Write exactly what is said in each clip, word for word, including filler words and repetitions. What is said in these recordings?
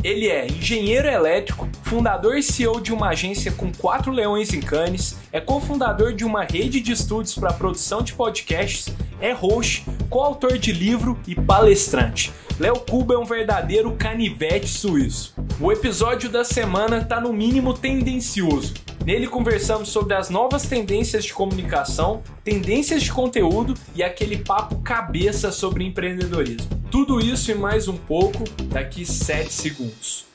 Ele é engenheiro elétrico, fundador e C E O de uma agência com quatro leões em Cannes, é cofundador de uma rede de estúdios para produção de podcasts, é host, coautor de livro e palestrante. Léo Cuba é um verdadeiro canivete suíço. O episódio da semana está no mínimo tendencioso. Nele conversamos sobre as novas tendências de comunicação, tendências de conteúdo e aquele papo cabeça sobre empreendedorismo. Tudo isso e mais um pouco daqui sete segundos.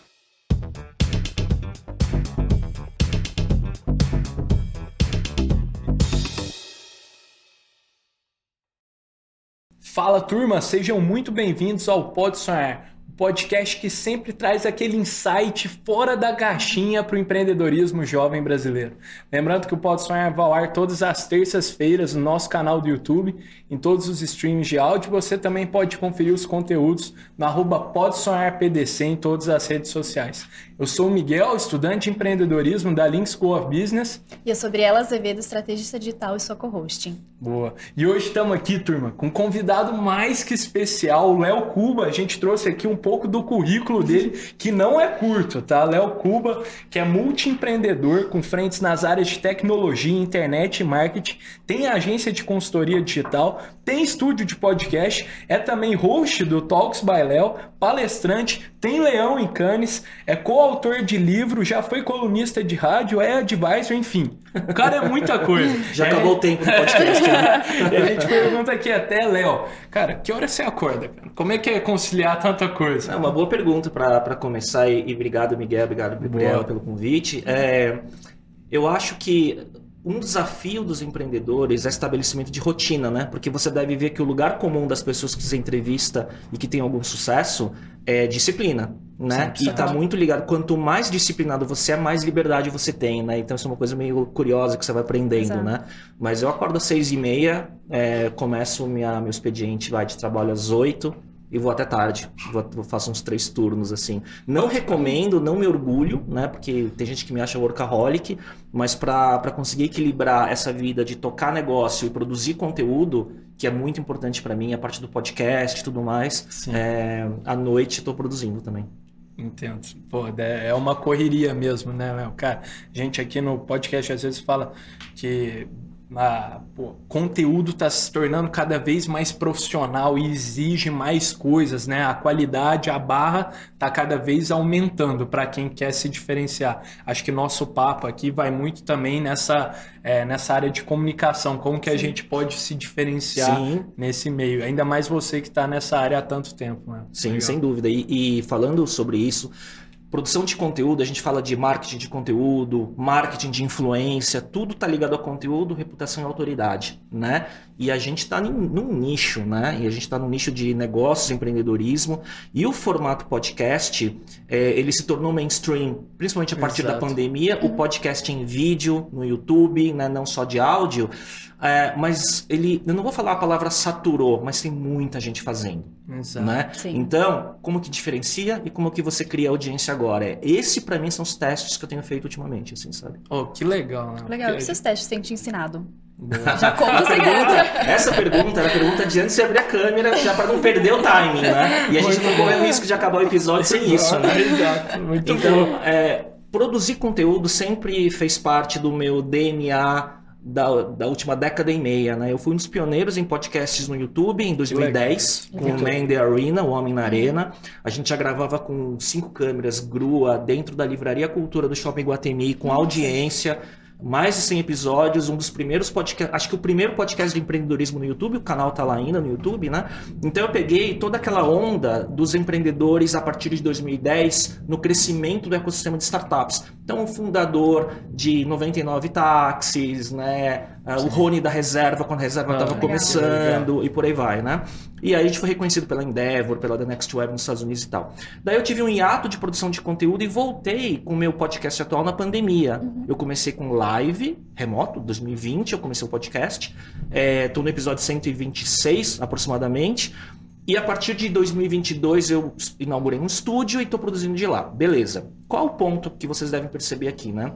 Fala turma, sejam muito bem-vindos ao Pode Sonhar, o podcast que sempre traz aquele insight fora da caixinha para o empreendedorismo jovem brasileiro. Lembrando que o Pode Sonhar vai ao ar todas as terças-feiras no nosso canal do YouTube, em todos os streams de áudio. Você também pode conferir os conteúdos no arroba Pode Sonhar P D C em todas as redes sociais. Eu sou o Miguel, estudante de empreendedorismo da Link School of Business. E eu sou Briela Azevedo, estrategista digital e sou co-hosting. Boa. E hoje estamos aqui, turma, com um convidado mais que especial, o Léo Cuba. A gente trouxe aqui um pouco do currículo dele, que não é curto, tá? Léo Cuba, que é multiempreendedor com frentes nas áreas de tecnologia, internet e marketing, tem agência de consultoria digital, tem estúdio de podcast, é também host do Talks by Léo, palestrante, tem leão em Cannes, é coautor de livro, já foi colunista de rádio, é advisor, enfim. O cara é muita coisa. Já é, acabou o tempo do podcast. Né? E a gente pergunta aqui até, Léo, cara, que hora você acorda? Cara? Como é que é conciliar tanta coisa? É uma boa pergunta para começar e, e obrigado, Miguel, obrigado, Gabriel, pelo convite. É, eu acho que um desafio dos empreendedores é estabelecimento de rotina, né? Porque você deve ver que o lugar comum das pessoas que você entrevista e que tem algum sucesso é disciplina, né? E tá muito ligado. Quanto mais disciplinado você é, mais liberdade você tem, né? Então isso é uma coisa meio curiosa que você vai aprendendo, Exato. Né? Mas eu acordo às seis e meia, é, começo minha, meu expediente vai de trabalho às oito e vou até tarde. Vou, vou faço uns três turnos, assim. Não recomendo, não me orgulho, né? Porque tem gente que me acha workaholic, mas para conseguir equilibrar essa vida de tocar negócio e produzir conteúdo, que é muito importante para mim, a parte do podcast e tudo mais, é, à noite estou produzindo também. Entendo. Pô, é uma correria mesmo, né, Léo? Cara, a gente aqui no podcast às vezes fala que Ah, pô, conteúdo está se tornando cada vez mais profissional e exige mais coisas, né? A qualidade, a barra está cada vez aumentando para quem quer se diferenciar. Acho que nosso papo aqui vai muito também nessa, é, nessa área de comunicação, como que Sim. a gente pode se diferenciar Sim. nesse meio, ainda mais você que está nessa área há tanto tempo. Né? Sim, Legal. Sem dúvida. E, e falando sobre isso, produção de conteúdo, a gente fala de marketing de conteúdo, marketing de influência, tudo está ligado a conteúdo, reputação e autoridade, né? E a gente está num nicho, né? E a gente está num nicho de negócios, empreendedorismo, e o formato podcast, é, ele se tornou mainstream, principalmente a partir Exato. Da pandemia, o podcast em vídeo, no YouTube, né? Não só de áudio, é, mas ele, eu não vou falar a palavra saturou, mas tem muita gente fazendo. Exato. Né? Então, como que diferencia e como que você cria audiência agora? Esse, para mim, são os testes que eu tenho feito ultimamente, assim, sabe? Oh, que legal, né? Legal. Que... O que esses testes têm te ensinado? Boa. Já conta o segredo. Essa pergunta era a pergunta de antes de abrir a câmera, já para não perder o timing, né? E a gente não corre o risco de acabar o episódio sem isso, né? Exato. Muito então, é, produzir conteúdo sempre fez parte do meu D N A Da, da última década e meia, né? Eu fui um dos pioneiros em podcasts no YouTube em dois mil e dez, com o Man in the Arena, o Homem na Arena. A gente já gravava com cinco câmeras, grua, dentro da Livraria Cultura do Shopping Iguatemi, com audiência, mais de cem episódios, um dos primeiros podcasts, acho que o primeiro podcast de empreendedorismo no YouTube, o canal tá lá ainda no YouTube, né? Então eu peguei toda aquela onda dos empreendedores a partir de dois mil e dez no crescimento do ecossistema de startups. Então o fundador de noventa e nove táxis, né? O Rony da Reserva, quando a Reserva estava ah, começando, legal. E por aí vai, né? E aí a gente foi reconhecido pela Endeavor, pela The Next Web nos Estados Unidos e tal. Daí eu tive um hiato de produção de conteúdo e voltei com o meu podcast atual na pandemia. Uhum. Eu comecei com live, remoto, dois mil e vinte, eu comecei o podcast. Estou é, no episódio cento e vinte e seis, aproximadamente. E a partir de dois mil e vinte e dois eu inaugurei um estúdio e estou produzindo de lá. Beleza. Qual o ponto que vocês devem perceber aqui, né?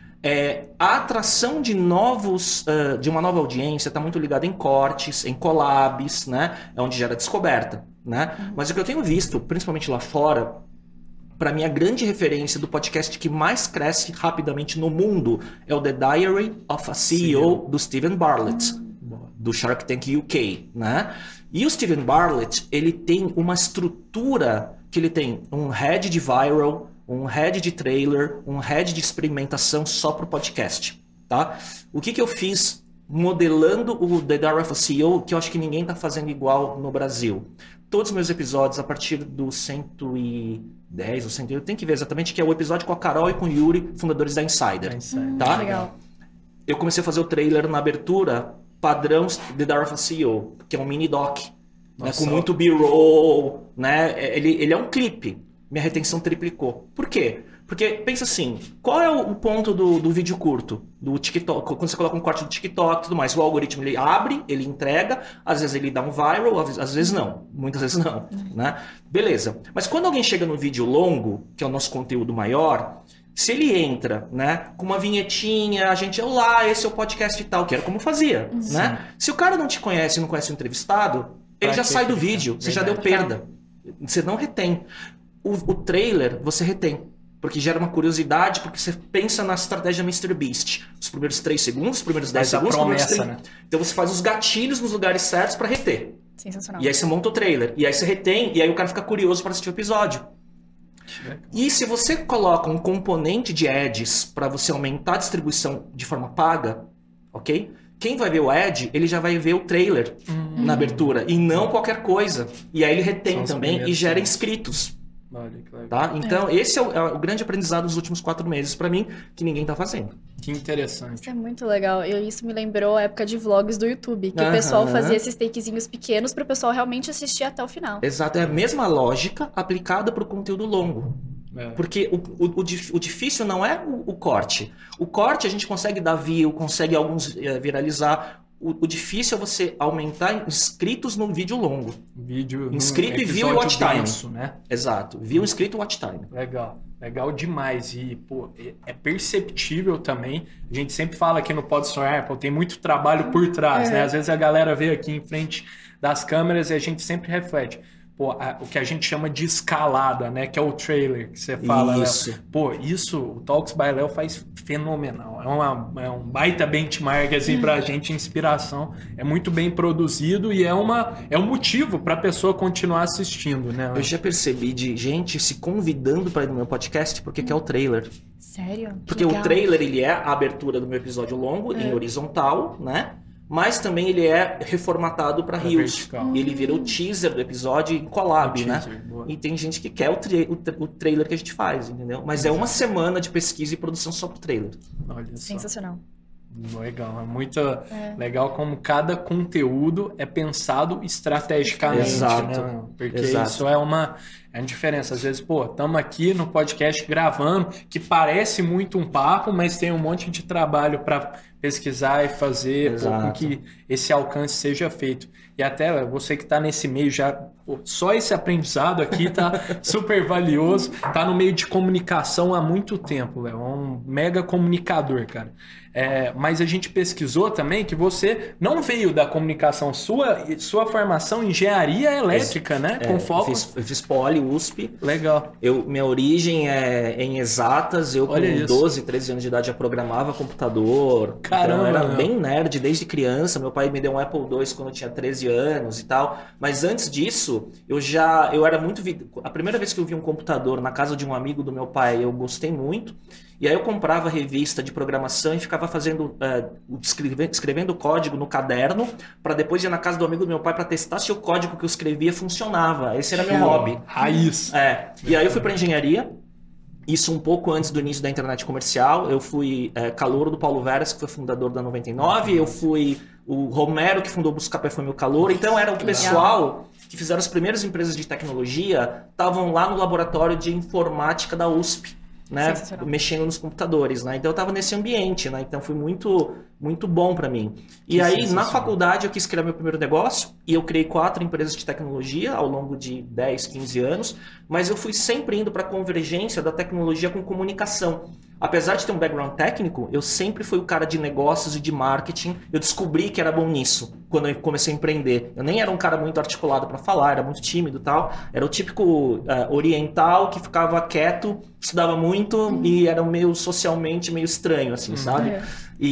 É, a atração de novos, uh, de uma nova audiência está muito ligada em cortes, em collabs, né? É onde gera descoberta, né? Uhum. Mas o que eu tenho visto, principalmente lá fora, para mim, a grande referência do podcast que mais cresce rapidamente no mundo é o The Diary of a C E O do Steven Bartlett, do Shark Tank U K, né? E o Steven Bartlett, ele tem uma estrutura que ele tem um head de viral, um head de trailer, um head de experimentação só para o podcast, tá? O que que eu fiz modelando o The Diary of a C E O, que eu acho que ninguém está fazendo igual no Brasil? Todos os meus episódios, a partir do cento e dez ou cento e oito, eu tenho que ver exatamente, que é o episódio com a Carol e com o Yuri, fundadores da Insider. É Insider. Tá? Legal. Eu comecei a fazer o trailer na abertura, padrão The Diary of a C E O, que é um mini doc, né, com muito B-roll, né? Ele, ele é um clipe. Minha retenção triplicou. Por quê? Porque, pensa assim, qual é o ponto do, do vídeo curto, do TikTok, quando você coloca um corte do TikTok e tudo mais, o algoritmo ele abre, ele entrega, às vezes ele dá um viral, às vezes não, muitas vezes não, né? Beleza. Mas quando alguém chega no vídeo longo, que é o nosso conteúdo maior, se ele entra, né, com uma vinhetinha, a gente, olá, esse é o podcast e tal, que era como fazia, Sim. né? Se o cara não te conhece e não conhece o entrevistado, ele pra já sai do vídeo, você já deu perda. Você não retém. O, o trailer, você retém. Porque gera uma curiosidade, porque você pensa na estratégia mister Beast. Os primeiros três segundos, os primeiros dez segundos, os primeiros três... né? Então você faz os gatilhos nos lugares certos para reter. Sensacional. E aí você monta o trailer. E aí você retém, e aí o cara fica curioso para assistir o episódio. E se você coloca um componente de ads para você aumentar a distribuição de forma paga, ok? Quem vai ver o ad, ele já vai ver o trailer hum. na abertura. E não qualquer coisa. E aí ele retém também e gera inscritos. Olha, que legal. Tá? Então, é. esse é o, é o grande aprendizado dos últimos quatro meses para mim, que ninguém tá fazendo. Que interessante. Isso é muito legal. Eu, isso me lembrou a época de vlogs do YouTube, que uh-huh. o pessoal fazia esses takezinhos pequenos para o pessoal realmente assistir até o final. Exato, é a mesma lógica aplicada para o conteúdo longo. É. Porque o, o, o, o difícil não é o, o corte. O corte a gente consegue dar view, consegue alguns é, viralizar. O, o difícil é você aumentar inscritos no vídeo longo. Vídeo inscrito e view e watch time. Denso, né? Exato. View, inscrito e watch time. Legal. Legal demais. E, pô, é perceptível também. A gente sempre fala aqui no Pode Sonhar, pô, tem muito trabalho por trás, é. né? Às vezes a galera vê aqui em frente das câmeras e a gente sempre reflete. Pô, a, o que a gente chama de escalada, né? Que é o trailer que você fala, isso. Léo. Pô, isso o Talks by Léo faz fenomenal. É, uma, é um baita benchmark, assim, pra gente, inspiração. É muito bem produzido e é, uma, é um motivo pra pessoa continuar assistindo, né? Eu já percebi de gente se convidando para ir no meu podcast porque quer o trailer. Sério? Porque Legal. O trailer, ele é a abertura do meu episódio longo, é. em horizontal, né? Mas também ele é reformatado para Reels. E ele vira o teaser do episódio em collab, né? Teaser, e tem gente que quer o, tra o, tra o trailer que a gente faz, entendeu? Mas Exato. É uma semana de pesquisa e produção só pro trailer. Olha só. Sensacional. Legal, é muito é. legal como cada conteúdo é pensado estrategicamente, Exato. né? Porque Exato. isso é uma, é uma diferença. Às vezes, pô, estamos aqui no podcast gravando, que parece muito um papo, mas tem um monte de trabalho para pesquisar e fazer pô, com que esse alcance seja feito. E até você que está nesse meio já, pô, só esse aprendizado aqui tá super valioso, tá no meio de comunicação há muito tempo, Léo, é um mega comunicador, cara. É, mas a gente pesquisou também que você não veio da comunicação, sua, sua formação em engenharia elétrica, Esse, né? É, Com foco. Eu fiz, eu fiz Poli, U S P. Legal. Eu, minha origem é em exatas, eu Olha com isso. doze, treze anos de idade já programava computador. Caramba! Então, eu era bem nerd desde criança. Meu pai me deu um Apple dois quando eu tinha treze anos e tal. Mas antes disso, eu já eu era muito... A primeira vez que eu vi um computador na casa de um amigo do meu pai, eu gostei muito. E aí eu comprava revista de programação e ficava fazendo, uh, escrevendo, escrevendo código no caderno para depois ir na casa do amigo do meu pai para testar se o código que eu escrevia funcionava. Esse era meu hobby. Raiz. É. E aí eu fui para engenharia. Isso um pouco antes do início da internet comercial. Eu fui é, calouro do Paulo Veras, que foi fundador da noventa e nove. Eu fui o Romero, que fundou o Buscapé, foi meu calouro. Então era o pessoal que fizeram as primeiras empresas de tecnologia, estavam lá no laboratório de informática da U S P. Né, mexendo nos computadores, né? Então eu estava nesse ambiente, né? Então foi muito, muito bom para mim. E que aí na faculdade eu quis criar meu primeiro negócio e eu criei quatro empresas de tecnologia ao longo de dez, quinze anos, mas eu fui sempre indo para a convergência da tecnologia com comunicação. apesar de ter um background técnico, eu sempre fui o cara de negócios e de marketing. Eu descobri que era bom nisso quando eu comecei a empreender. Eu nem era um cara muito articulado para falar, era muito tímido e tal. Era o típico uh, oriental que ficava quieto, estudava muito uhum. e era meio socialmente meio estranho, assim, uhum. sabe? É.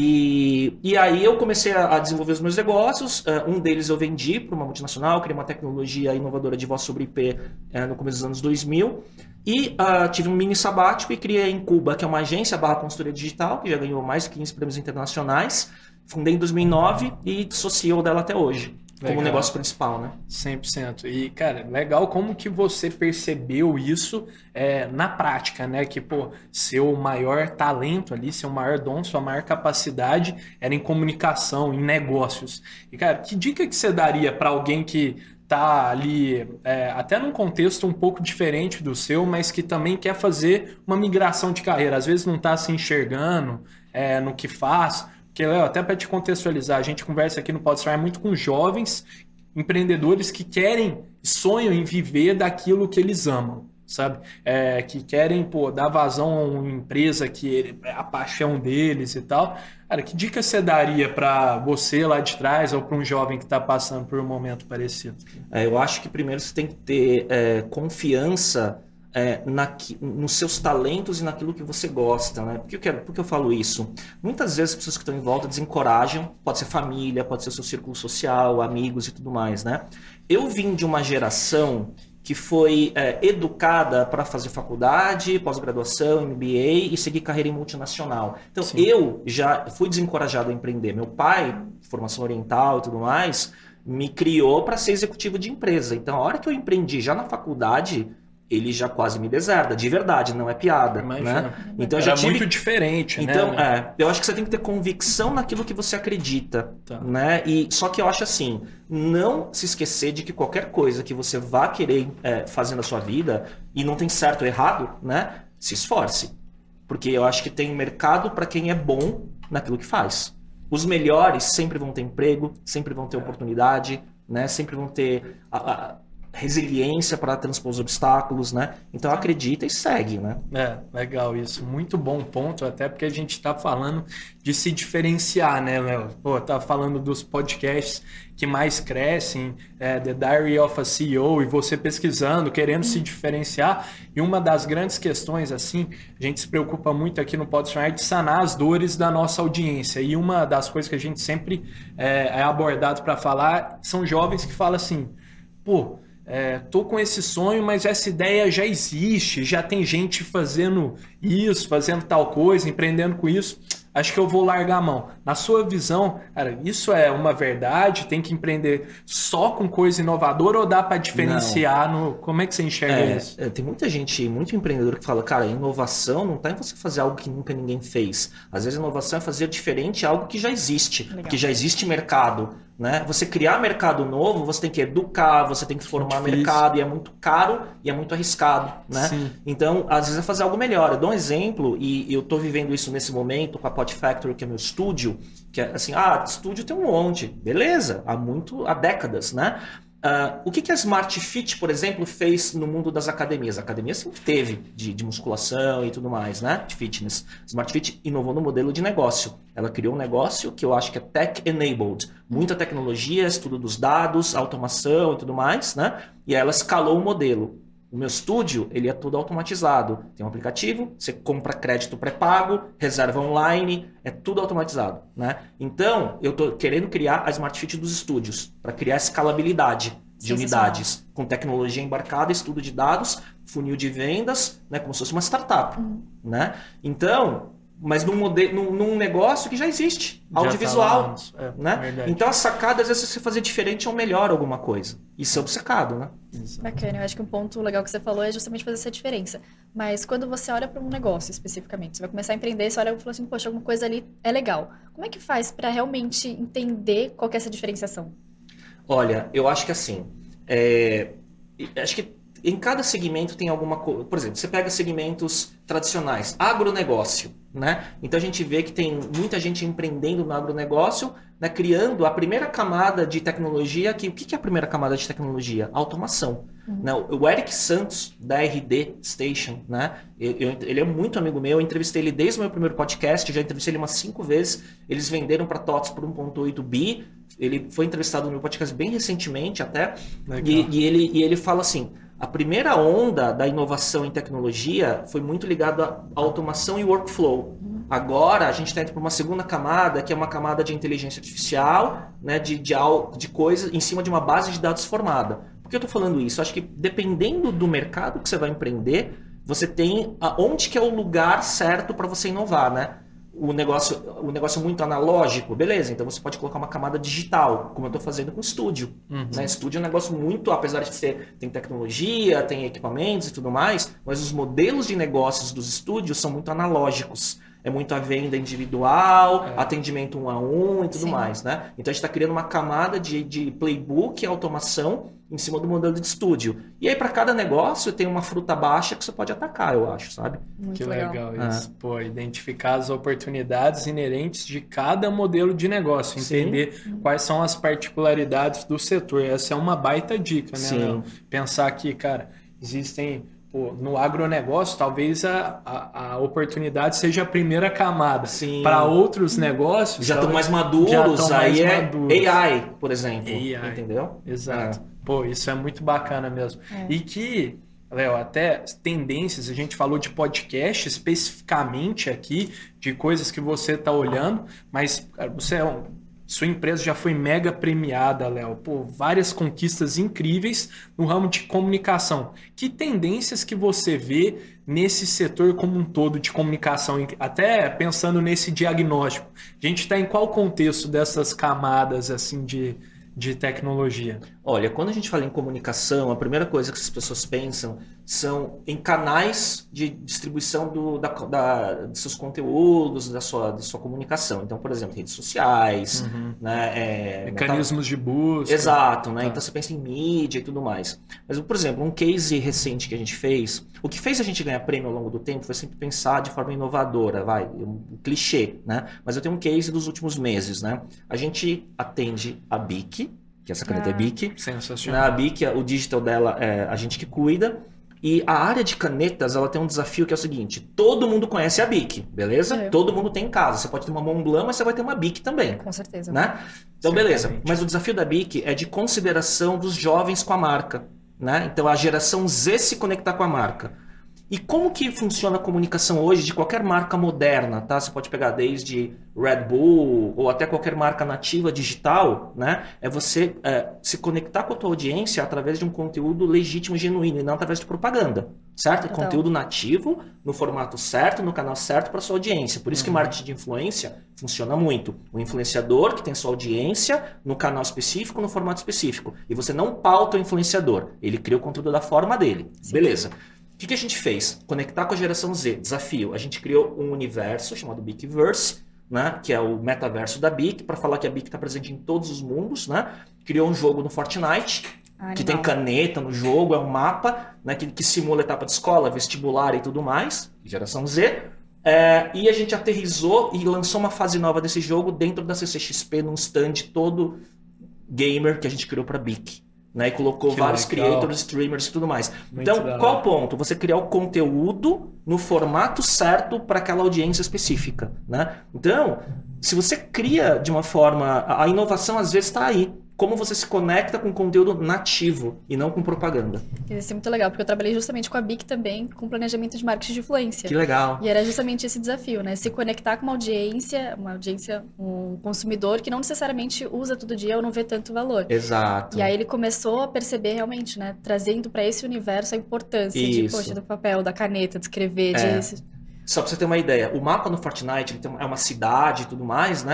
E, e aí eu comecei a, a desenvolver os meus negócios. Uh, um deles eu vendi para uma multinacional, criei uma tecnologia inovadora de voz sobre I P uh, no começo dos anos dois mil. E uh, tive um mini sabático e criei a Incuba, que é uma agência barra consultoria digital, que já ganhou mais de quinze prêmios internacionais. Fundei em dois mil e nove e sou C E O dela até hoje, legal. Como negócio principal, né? cem por cento. E, cara, legal como que você percebeu isso é, na prática, né? Que, pô, seu maior talento ali, seu maior dom, sua maior capacidade era em comunicação, em negócios. E, cara, que dica que você daria para alguém que tá ali, é, até num contexto um pouco diferente do seu, mas que também quer fazer uma migração de carreira, às vezes não tá se enxergando é, no que faz, porque, Léo, até para te contextualizar, a gente conversa aqui no Podstart muito com jovens empreendedores que querem, sonham em viver daquilo que eles amam, sabe? É, que querem, pô, dar vazão a uma empresa que é a paixão deles e tal. Cara, que dica você daria para você lá de trás ou para um jovem que está passando por um momento parecido? É, eu acho que primeiro você tem que ter é, confiança é, na, nos seus talentos e naquilo que você gosta, né? Por que eu, quero, por que eu falo isso? Muitas vezes as pessoas que estão em volta desencorajam, pode ser família, pode ser seu círculo social, amigos e tudo mais, né? Eu vim de uma geração que foi é, educada para fazer faculdade, pós-graduação, M B A e seguir carreira em multinacional. Então, Sim. eu já fui desencorajado a empreender. Meu pai, formação oriental e tudo mais, me criou para ser executivo de empresa. Então, a hora que eu empreendi já na faculdade, ele já quase me deserda, de verdade, não é piada. Imagina. Né? Então, Era já tive... muito diferente, então, né? É, eu acho que você tem que ter convicção naquilo que você acredita. Tá. Né? E, só que eu acho assim, não se esquecer de que qualquer coisa que você vá querer é, fazer na sua vida, e não tem certo ou errado, né? Se esforce. Porque eu acho que tem mercado para quem é bom naquilo que faz. Os melhores sempre vão ter emprego, sempre vão ter é. oportunidade, né? Sempre vão ter... A, a, resiliência para transpor os obstáculos, né? Então acredita e segue, né? É, legal isso. Muito bom ponto, até porque a gente está falando de se diferenciar, né, Léo? Pô, tá falando dos podcasts que mais crescem, é, The Diary of a C E O, e você pesquisando, querendo se diferenciar. E uma das grandes questões, assim, a gente se preocupa muito aqui no Podstart de sanar as dores da nossa audiência. E uma das coisas que a gente sempre é, é abordado para falar são jovens que falam assim, pô, É, tô com esse sonho, mas essa ideia já existe, já tem gente fazendo isso, fazendo tal coisa, empreendendo com isso, acho que eu vou largar a mão. Na sua visão, cara, isso é uma verdade? Tem que empreender só com coisa inovadora ou dá para diferenciar? No... Como é que você enxerga é, isso? É, tem muita gente, muito empreendedor que fala, cara, inovação não tá em você fazer algo que nunca ninguém fez. Às vezes inovação é fazer diferente algo que já existe, Legal. que já existe mercado. Né? Você criar mercado novo, você tem que educar, você tem que formar Difícil. mercado, e é muito caro e é muito arriscado, né? Sim. Então, às vezes é fazer algo melhor. Eu dou um exemplo, e eu estou vivendo isso nesse momento com a Pod Factory, que é meu estúdio, que é assim, ah, estúdio tem um monte, beleza, há muito, há décadas, né? Uh, o que, que a Smart Fit, por exemplo, fez no mundo das academias? A academia sempre teve de, de musculação e tudo mais, né? De fitness. A Smart Fit inovou no modelo de negócio. Ela criou um negócio que eu acho que é tech-enabled. Muita tecnologia, estudo dos dados, automação e tudo mais, né? E aí ela escalou o modelo. O meu estúdio, ele é todo automatizado. Tem um aplicativo, você compra crédito pré-pago, reserva online, é tudo automatizado, né? Então, eu estou querendo criar a Smart Fit dos estúdios, para criar escalabilidade de unidades, com tecnologia embarcada, estudo de dados, funil de vendas, né? Como se fosse uma startup, uhum. né? Então... mas num, modelo, num, num negócio que já existe, já audiovisual. Tá é, né? Então a sacada, às vezes, é você fazer diferente ou melhor alguma coisa. E ser obcecado, né? Bacana, eu acho que um ponto legal que você falou é justamente fazer essa diferença. Mas quando você olha para um negócio especificamente, você vai começar a empreender, você olha e fala assim, poxa, alguma coisa ali é legal. Como é que faz para realmente entender qual que é essa diferenciação? Olha, eu acho que assim, é... acho que em cada segmento tem alguma coisa. Por exemplo, você pega segmentos tradicionais, agronegócio, né? Então a gente vê que tem muita gente empreendendo no agronegócio, né? Criando a primeira camada de tecnologia. Que, o que é a primeira camada de tecnologia? Automação. Uhum. Né? O Eric Santos, da R D Station, né? Eu, eu, ele é muito amigo meu, eu entrevistei ele desde o meu primeiro podcast, já entrevistei ele umas cinco vezes. Eles venderam para TOTS por um ponto oito bi. Ele foi entrevistado no meu podcast bem recentemente até. E, e, ele, e ele fala assim, a primeira onda da inovação em tecnologia foi muito ligada à automação e workflow. Agora a gente está indo para uma segunda camada, que é uma camada de inteligência artificial, né, de, de, de coisas em cima de uma base de dados formada. Por que eu estou falando isso? Acho que dependendo do mercado que você vai empreender, você tem a, onde que é o lugar certo para você inovar, né? O negócio, o negócio muito analógico, beleza, então você pode colocar uma camada digital, como eu estou fazendo com o estúdio. Uhum. Né? Estúdio é um negócio muito, apesar de ser, tem tecnologia, tem equipamentos e tudo mais, mas os modelos de negócios dos estúdios são muito analógicos. É muito a venda individual, é. atendimento um a um e tudo Sim. mais, né? Então a gente está criando uma camada de, de playbook e automação em cima do modelo de estúdio. E aí para cada negócio tem uma fruta baixa que você pode atacar, eu acho, sabe? Muito que legal, legal isso. É. Pô, identificar as oportunidades inerentes de cada modelo de negócio, entender Sim. quais são as particularidades do setor. Essa é uma baita dica, né? Sim. Pensar que, cara, existem... Pô, no agronegócio, talvez a, a, a oportunidade seja a primeira camada. Para outros negócios... Já estão mais maduros, aí é maduros. A I, por exemplo. A I. Entendeu? Exato. É. Pô, isso é muito bacana mesmo. É. E que, Léo, até tendências, a gente falou de podcast especificamente aqui, de coisas que você está olhando, mas cara, você é um... Sua empresa já foi mega premiada, Léo. Pô, várias conquistas incríveis no ramo de comunicação. Que tendências que você vê nesse setor como um todo de comunicação? Até pensando nesse diagnóstico. A gente está em qual contexto dessas camadas assim de, de tecnologia? Olha, quando a gente fala em comunicação, a primeira coisa que as pessoas pensam são em canais de distribuição do, da, da, dos seus conteúdos, da sua, da sua comunicação. Então, por exemplo, redes sociais, uhum. né, é, mecanismos tá... de busca. Exato, né? Tá. Então você pensa em mídia e tudo mais. Mas, por exemplo, um case recente que a gente fez, o que fez a gente ganhar prêmio ao longo do tempo foi sempre pensar de forma inovadora, vai, um clichê, né? Mas eu tenho um case dos últimos meses, né? A gente atende a Bic, que essa caneta ah, é Bic. Sensacional. A Bic, o digital dela é a gente que cuida. E a área de canetas, ela tem um desafio que é o seguinte, todo mundo conhece a Bic, beleza? É. Todo mundo tem em casa. Você pode ter uma Montblanc, mas você vai ter uma Bic também. Com certeza. Né? Então, beleza. Mas o desafio da Bic é de consideração dos jovens com a marca. Né? Então, a geração Z se conectar com a marca. E como que funciona a comunicação hoje de qualquer marca moderna, tá? Você pode pegar desde Red Bull ou até qualquer marca nativa digital, né? É você é, se conectar com a tua audiência através de um conteúdo legítimo e genuíno e não através de propaganda, certo? Então. Conteúdo nativo, no formato certo, no canal certo para sua audiência. Por isso uhum. que marketing de influência funciona muito. O influenciador que tem sua audiência no canal específico, no formato específico. E você não pauta o influenciador. Ele cria o conteúdo da forma dele. Sim. Beleza. O que, que a gente fez? Conectar com a geração Z. Desafio. A gente criou um universo chamado Bicverse, né? Que é o metaverso da Bic, para falar que a Bic está presente em todos os mundos. Né? Criou um jogo no Fortnite, Animal. Que tem caneta no jogo, é um mapa, né? que, que simula etapa de escola, vestibular e tudo mais. Geração Z. É, e a gente aterrizou e lançou uma fase nova desse jogo dentro da C C X P, num stand todo gamer que a gente criou para a Bic. Né, e colocou que vários legal. Creators, streamers e tudo mais. Muito então, qual o ponto? Você criar o conteúdo no formato certo para aquela audiência específica. Né? Então, se você cria de uma forma... A inovação às vezes está aí. Como você se conecta com conteúdo nativo e não com propaganda. Isso é muito legal, porque eu trabalhei justamente com a Bic também, com planejamento de marketing de influência. Que legal. E era justamente esse desafio, né? Se conectar com uma audiência, uma audiência, um consumidor que não necessariamente usa todo dia ou não vê tanto valor. Exato. E aí ele começou a perceber realmente, né? Trazendo para esse universo a importância Isso. de, poxa, do papel, da caneta, de escrever, é. de... Só para você ter uma ideia, o mapa no Fortnite ele tem, é uma cidade e tudo mais, né?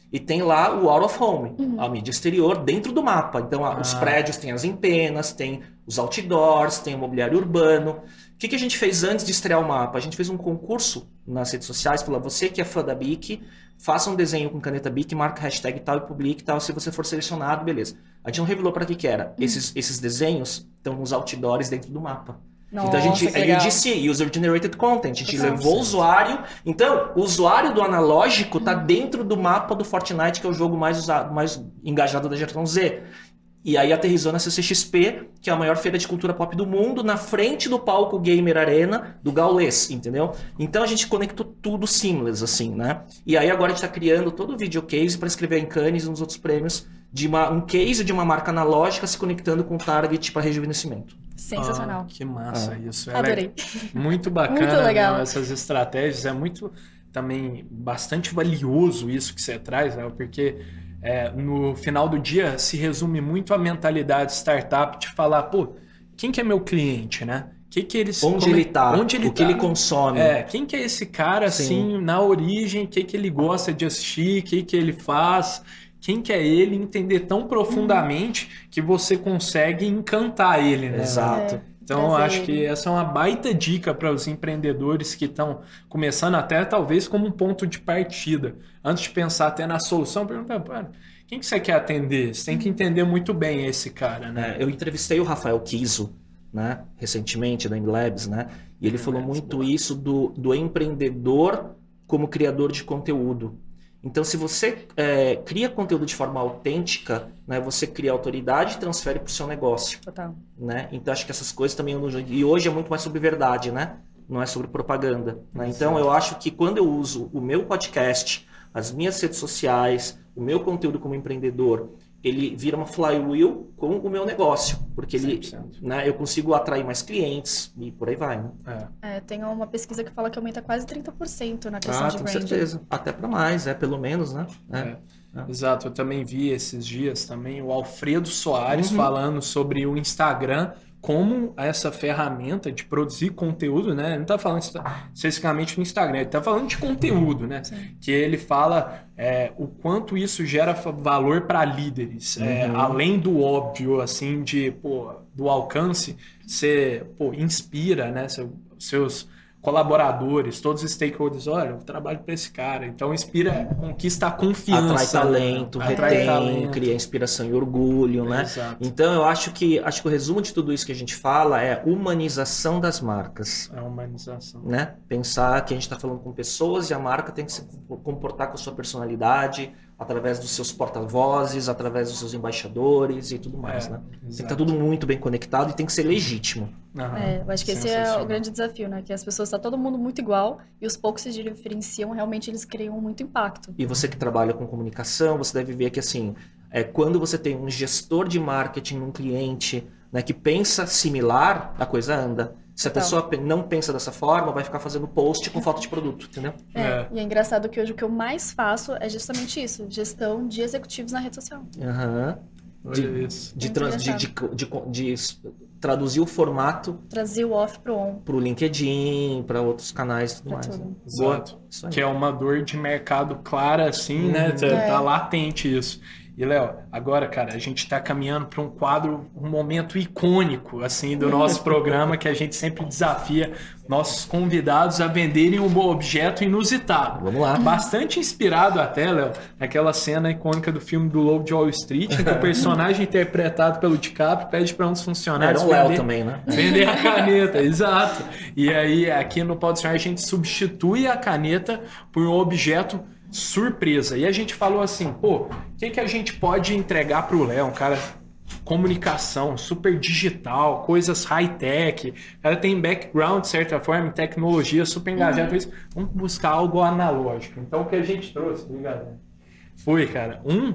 e tem lá o out of home, uhum. a mídia exterior dentro do mapa. Então ah. os prédios têm as empenas, tem os outdoors, tem o mobiliário urbano. O que, que a gente fez antes de estrear o mapa? A gente fez um concurso nas redes sociais, falou, você que é fã da Bic, faça um desenho com caneta Bic, marca hashtag tal e publique tal, se você for selecionado, beleza. A gente não revelou para que que era. Uhum. Esses, esses desenhos estão nos outdoors dentro do mapa. Nossa, então a gente, é U G C, User Generated Content, a gente Nossa, levou o usuário. Então, o usuário do analógico está dentro do mapa do Fortnite, que é o jogo mais usado, mais engajado da geração Z. E aí aterrizou na C C X P, que é a maior feira de cultura pop do mundo, na frente do palco Gamer Arena do Gaules, entendeu? Então a gente conectou tudo seamless, assim, né? E aí agora a gente está criando todo o videocase para escrever em Cannes e nos outros prêmios, de uma, um case de uma marca analógica se conectando com o target para rejuvenescimento. Sensacional. Ah, que massa ah. isso. É Adorei. Muito bacana. Muito legal. Né, essas estratégias. É muito, também, bastante valioso isso que você traz, né, porque é, no final do dia se resume muito a mentalidade startup de falar, pô, quem que é meu cliente, né? Que que eles, onde como, ele tá, onde ele o tá, que ele consome. É, quem que é esse cara, assim, Sim. na origem, o que que ele gosta de assistir, o que que ele faz... Quem que é ele, entender tão profundamente hum. que você consegue encantar ele, né? Exato. É, então, acho que essa é uma baita dica para os empreendedores que estão começando até, talvez, como um ponto de partida. Antes de pensar até na solução, perguntar, quem que você quer atender? Você tem que entender muito bem esse cara, né? É, eu entrevistei o Rafael Kiso, né, recentemente, da M-Labs, né? E ele é, falou muito boa. isso do, do empreendedor como criador de conteúdo. Então, se você é, cria conteúdo de forma autêntica, né, você cria autoridade e transfere para o seu negócio. Total. Né? Então, acho que essas coisas também... E hoje é muito mais sobre verdade, né? Não é sobre propaganda. Né? Então, eu acho que quando eu uso o meu podcast, as minhas redes sociais, o meu conteúdo como empreendedor, ele vira uma flywheel com o meu negócio. Porque ele, né, eu consigo atrair mais clientes e por aí vai. Né? É. É, tem uma pesquisa que fala que aumenta quase trinta por cento na questão ah, de com branding. certeza. Até para mais, é, pelo menos, né? É. É. É. Exato, eu também vi esses dias também o Alfredo Soares uhum. falando sobre o Instagram como essa ferramenta de produzir conteúdo, né? Ele não está falando especificamente no Instagram, ele está falando de conteúdo, né? Sim. Que ele fala é, o quanto isso gera valor para líderes, uhum. é, além do óbvio, assim, de, pô, do alcance, você pô, inspira, né? Seu, seus colaboradores, todos os stakeholders, olha, eu trabalho para esse cara, então inspira, conquista a confiança, atrai talento, né? retém, talento. Cria inspiração e orgulho, né? Exato. Então eu acho que acho que o resumo de tudo isso que a gente fala é humanização das marcas. É humanização, né? Pensar que a gente está falando com pessoas e a marca tem que se comportar com a sua personalidade, através dos seus porta-vozes, através dos seus embaixadores e tudo mais, é, né? Exato. Tem que estar tudo muito bem conectado e tem que ser legítimo. Uhum. É, eu acho que esse é o grande desafio, né? Que as pessoas, está todo mundo muito igual e os poucos se diferenciam, realmente eles criam muito impacto. E você que trabalha com comunicação, você deve ver que assim, é, quando você tem um gestor de marketing num cliente, né, que pensa similar, a coisa anda. Se a pessoa não pensa dessa forma, vai ficar fazendo post com falta de produto, entendeu? É, é. E é engraçado que hoje o que eu mais faço é justamente isso, gestão de executivos na rede social. Aham. Uhum. De, de, de, trans, de, de, de, de, de traduzir o formato... Traduzir o off pro on. Pro LinkedIn, para outros canais e tudo pra mais. Tudo. Né? Exato. Que é uma dor de mercado clara, assim, uhum. né? Tá, é. tá latente isso. E, Léo, agora, cara, a gente está caminhando para um quadro, um momento icônico, assim, do nosso programa, que a gente sempre desafia nossos convidados a venderem um objeto inusitado. Vamos lá. Bastante inspirado até, Léo, naquela cena icônica do filme do Lobo de Wall Street, em que o personagem interpretado pelo DiCaprio pede para uns funcionários Era o Léo também, né? Vender a caneta, exato. E aí, aqui no Podstart, a gente substitui a caneta por um objeto surpresa. E a gente falou assim, pô, o que, que a gente pode entregar para o Léo? Um cara, comunicação, super digital, coisas high-tech, o cara tem background, de certa forma, em tecnologia, super engajado com uhum. isso. Vamos buscar algo analógico. Então, o que a gente trouxe, obrigado, foi, cara, um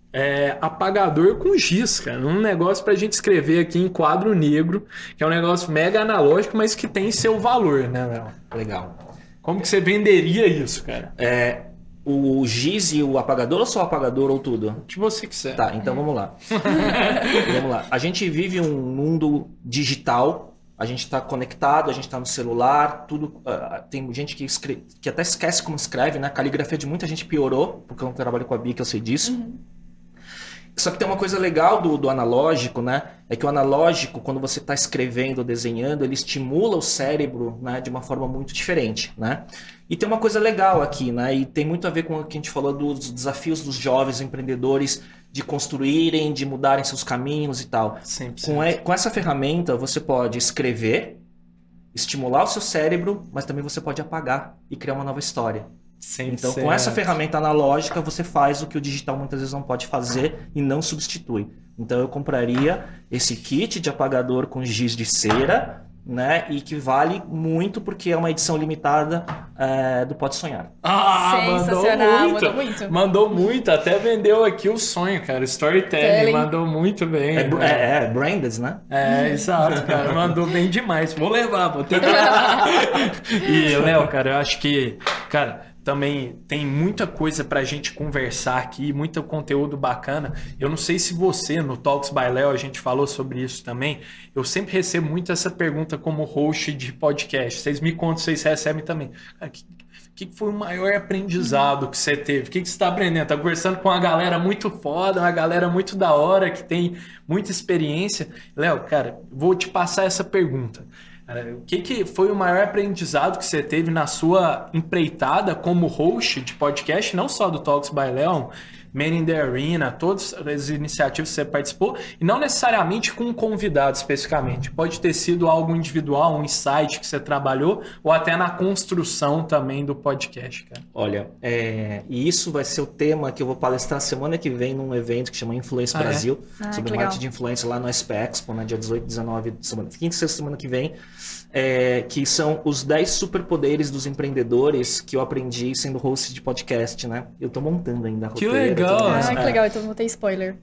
é, apagador com giz, cara. Um negócio pra gente escrever aqui em quadro negro, que é um negócio mega analógico, mas que tem seu valor, né, Léo? Legal. Como que você venderia isso, cara? É... O giz e o apagador ou só o apagador ou tudo? O que você quiser. Tá, então vamos lá. Vamos lá. A gente vive um mundo digital, A gente está conectado, a gente está no celular, tudo. Uh, tem gente que, escreve, que até esquece como escreve, né? A caligrafia de muita gente piorou, porque eu não trabalho com a Bia, que eu sei disso. Uhum. Só que tem uma coisa legal do, do analógico, né? É que o analógico, quando você está escrevendo ou desenhando, ele estimula o cérebro, né, de uma forma muito diferente, né? E tem uma coisa legal aqui, né? E tem muito a ver com o que a gente falou dos desafios dos jovens empreendedores de construírem, de mudarem seus caminhos e tal. Com, e, com essa ferramenta, você pode escrever, estimular o seu cérebro, mas também você pode apagar e criar uma nova história. cem por cento. Então, com essa ferramenta analógica, você faz o que o digital muitas vezes não pode fazer e não substitui. Então, eu compraria esse kit de apagador com giz de cera, né? E que vale muito porque é uma edição limitada é, do Pode Sonhar. Ah, sensacional, mandou muito. mandou muito. Mandou muito, até vendeu aqui o sonho, cara. Storytelling, Telling. mandou muito bem. É, né? é, é branded, né? É, exato, cara. Mandou bem demais. Vou levar, vou ter que... E, Léo, cara, eu acho que, cara, também tem muita coisa pra gente conversar aqui, muito conteúdo bacana. Eu não sei se você, no Talks by Léo, a gente falou sobre isso também. Eu sempre recebo muito essa pergunta como host de podcast. Vocês me contam, vocês recebem também. Cara, que, que foi o maior aprendizado que você teve? O que, que você está aprendendo? Está conversando com uma galera muito foda, uma galera muito da hora, que tem muita experiência. Léo, cara, vou te passar essa pergunta. O que, que foi o maior aprendizado que você teve na sua empreitada como host de podcast, não só do Talks by Léo, Man in the Arena, todas as iniciativas que você participou, e não necessariamente com um convidado especificamente. Pode ter sido algo individual, um insight que você trabalhou, ou até na construção também do podcast, cara. Olha, é... e isso vai ser o tema que eu vou palestrar semana que vem num evento que chama Influência ah, Brasil, é? ah, sobre marketing de influência lá no S P Expo, né, dia dezoito, dezenove, semana, quinta e sexta semana que vem. É, que são os dez superpoderes dos empreendedores que eu aprendi sendo host de podcast, né? Eu tô montando ainda a Que roteira, legal! Ah, é. que legal, então não tem spoiler.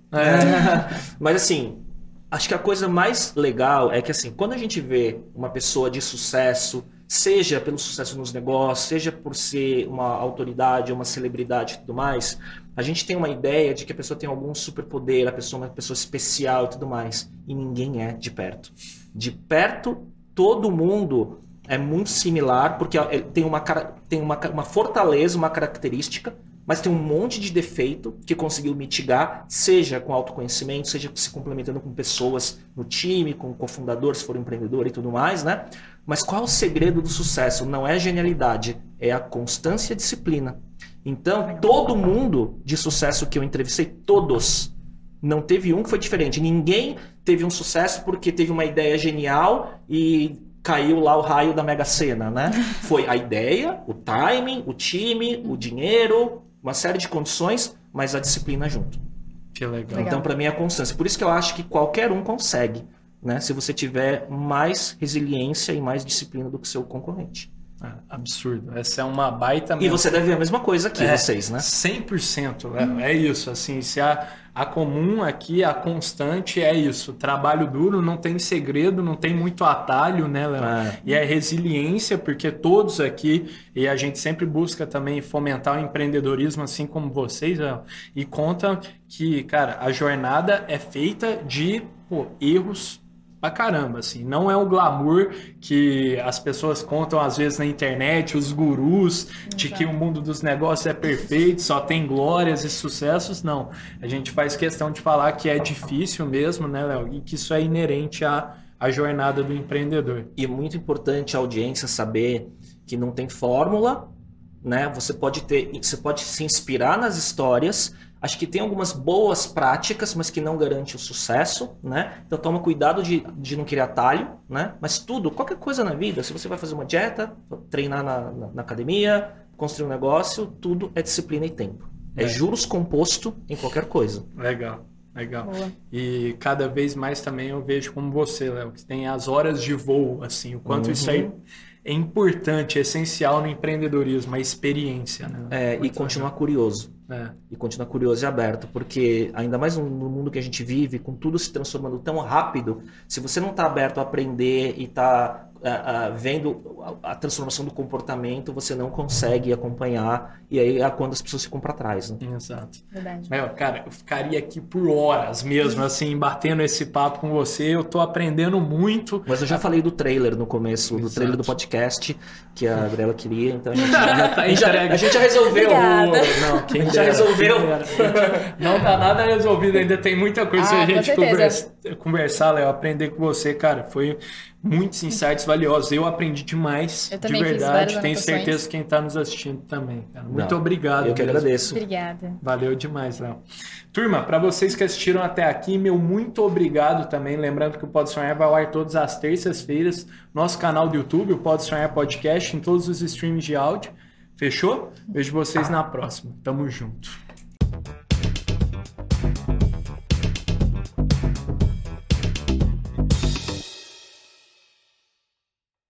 É. Mas assim, acho que a coisa mais legal é que assim, quando a gente vê uma pessoa de sucesso, seja pelo sucesso nos negócios, seja por ser uma autoridade, uma celebridade e tudo mais, a gente tem uma ideia de que a pessoa tem algum superpoder, a pessoa é uma pessoa especial e tudo mais. E ninguém é de perto. De perto, todo mundo é muito similar, porque tem uma, tem uma, uma fortaleza, uma característica, mas tem um monte de defeito que conseguiu mitigar, seja com autoconhecimento, seja se complementando com pessoas no time, com o cofundador, se for um empreendedor e tudo mais, né? Mas qual é o segredo do sucesso? Não é a genialidade, é a constância e a disciplina. Então, todo mundo de sucesso que eu entrevistei, todos, não teve um que foi diferente. Ninguém teve um sucesso porque teve uma ideia genial e caiu lá o raio da Mega Sena, né? Foi a ideia, o timing, o time, o dinheiro, uma série de condições, mas a disciplina junto. Que legal. Então, para mim, é a constância. Por isso que eu acho que qualquer um consegue, né? Se você tiver mais resiliência e mais disciplina do que seu concorrente. É, absurdo. Essa é uma baita... E você deve ver a mesma coisa aqui, é, vocês, né? cem por cento. É, é isso. Assim, se a, a comum aqui, a constante é isso. Trabalho duro, não tem segredo, não tem muito atalho, né, Léo? É. E é resiliência, porque todos aqui, e a gente sempre busca também fomentar o empreendedorismo, assim como vocês, Léo, e conta que, cara, a jornada é feita de pô, erros pra caramba, assim, não é o glamour que as pessoas contam às vezes na internet, os gurus, Exato. De que o mundo dos negócios é perfeito, só tem glórias e sucessos, não. A gente faz questão de falar que é difícil mesmo, né, Léo? E que isso é inerente à, à jornada do empreendedor. E é muito importante a audiência saber que não tem fórmula, né? Você pode ter, você pode se inspirar nas histórias. Acho que tem algumas boas práticas, mas que não garante o sucesso, né? Então toma cuidado de, de não querer atalho, né? Mas tudo, qualquer coisa na vida, se você vai fazer uma dieta, treinar na, na, na academia, construir um negócio, tudo é disciplina e tempo. É, é juros composto em qualquer coisa. Legal, legal. Boa. E cada vez mais também eu vejo como você, Léo, que tem as horas de voo, assim, o quanto uhum. isso aí é importante, é essencial no empreendedorismo, a experiência, né? É, e continuar legal. curioso. É. E continuar curioso e aberto, porque ainda mais no mundo que a gente vive, com tudo se transformando tão rápido, se você não está aberto a aprender e está a, a, vendo a, a transformação do comportamento, você não consegue acompanhar, e aí é quando as pessoas ficam para trás. Né? Exato. Verdade. Meu, cara, eu ficaria aqui por horas mesmo, assim, batendo esse papo com você. Eu tô aprendendo muito. Mas eu já falei do trailer no começo, do Exato. trailer do podcast, que a Gabriela queria, então a gente já, Tá a gente já, a gente já resolveu. Não, quem A gente já dera, resolveu. quem dera. Não tá nada resolvido, ainda tem muita coisa Ah, pra com gente certeza. conversa, conversar, Léo, aprender com você, cara. Foi muitos insights valiosos. Eu aprendi demais, Eu de também fiz verdade. várias Tenho anotações. certeza que quem tá nos assistindo também, cara. Muito Não, obrigado. Eu que mesmo. agradeço. Obrigada. Valeu demais, Léo. Turma, para vocês que assistiram até aqui, meu muito obrigado também. Lembrando que o Pode Sonhar vai ao ar todas as terças-feiras. Nosso canal do YouTube, o Pode Sonhar Podcast, em todos os streams de áudio. Fechou? Vejo vocês na próxima. Tamo junto.